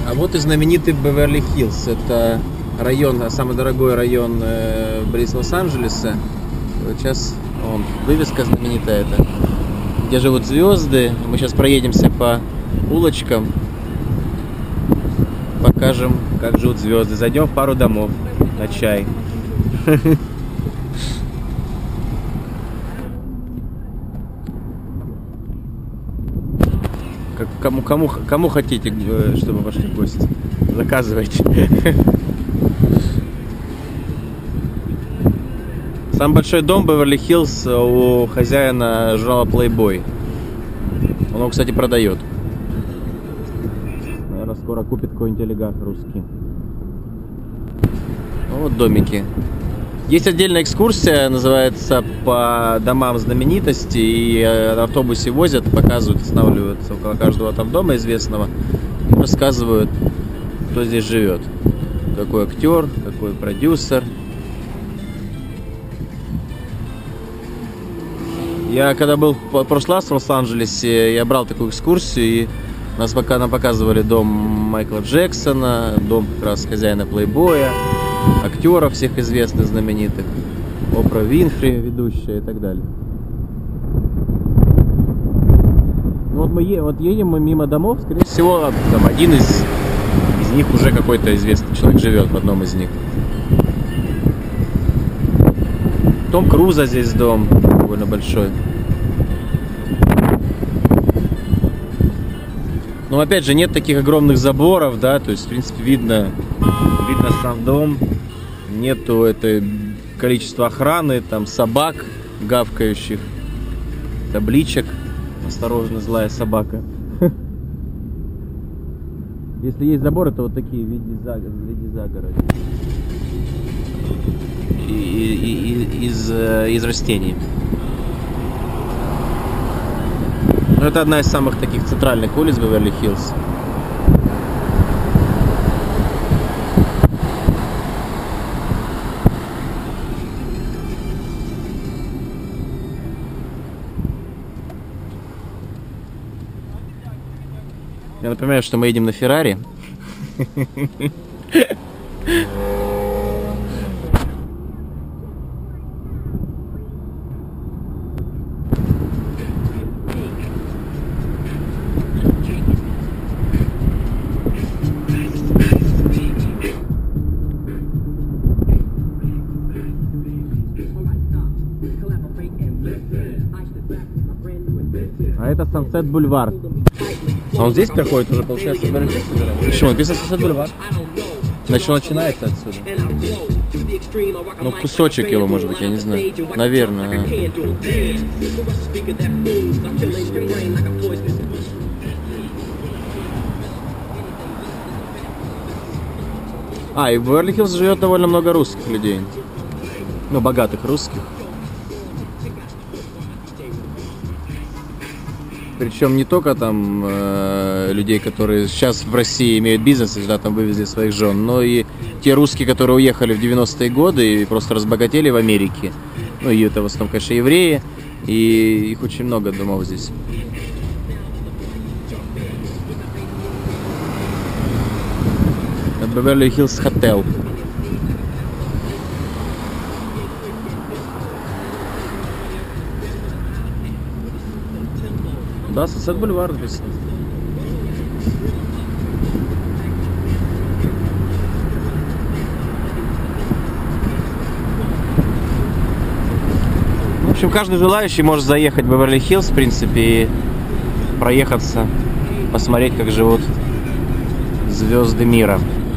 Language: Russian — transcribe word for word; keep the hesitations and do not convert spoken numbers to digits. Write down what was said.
А вот и знаменитый Беверли-Хиллз. Это район, самый дорогой район э, близ Лос-Анджелеса. Вот сейчас вон, вывеска знаменитая эта, где живут звезды. Мы сейчас проедемся по улочкам, покажем, как живут звезды. Зайдем в пару домов на чай. Кому, кому, кому хотите, чтобы вошли в гости, заказывайте. Самый большой дом Беверли-Хиллз у хозяина журнала Playboy. Он его, кстати, продает. Наверное, скоро купит какой-нибудь олигарх русский. Ну, вот домики. Есть отдельная экскурсия, называется «По домам знаменитостей», и на автобусе возят, показывают, останавливаются около каждого там дома известного, и рассказывают, кто здесь живет. Какой актер, какой продюсер. Я когда был в прошлый раз в Лос-Анджелесе, я брал такую экскурсию, и нас пока нам показывали дом Майкла Джексона, дом как раз хозяина Плейбоя, актеров всех известных, знаменитых, Опра Винфри, ведущая и так далее. Ну, вот мы е- вот едем мы мимо домов, скорее всего, там один из, из них уже какой-то известный человек живет в одном из них. Том Круза здесь дом довольно большой. Но опять же нет таких огромных заборов, да, то есть в принципе видно, видно сам дом, нету это количества охраны, там собак гавкающих, табличек, осторожно, злая собака. Если есть заборы, то вот такие в виде загорода. И, и, и, из, из растений. Но это одна из самых таких центральных улиц Беверли-Хиллз. Я напоминаю, что мы едем на Феррари. А это Sunset Boulevard. А он здесь проходит уже, получается, в Беверли-Хиллз? Почему? Написано Sunset Boulevard. Значит, он начинается отсюда. Ну, кусочек его, может быть, я не знаю. Наверное. А, и в Беверли-Хиллз живет довольно много русских людей. Ну, богатых русских. Причем не только там э, людей, которые сейчас в России имеют бизнес, и сюда там вывезли своих жен, но и те русские, которые уехали в девяностые годы и просто разбогатели в Америке. Ну, и это в основном, конечно, евреи, и их очень много домов здесь. Это Беверли-Хиллз Хотел. Да, Sunset Boulevard написано. В общем, каждый желающий может заехать в Беверли-Хиллз, в принципе, и проехаться, посмотреть, как живут звезды мира.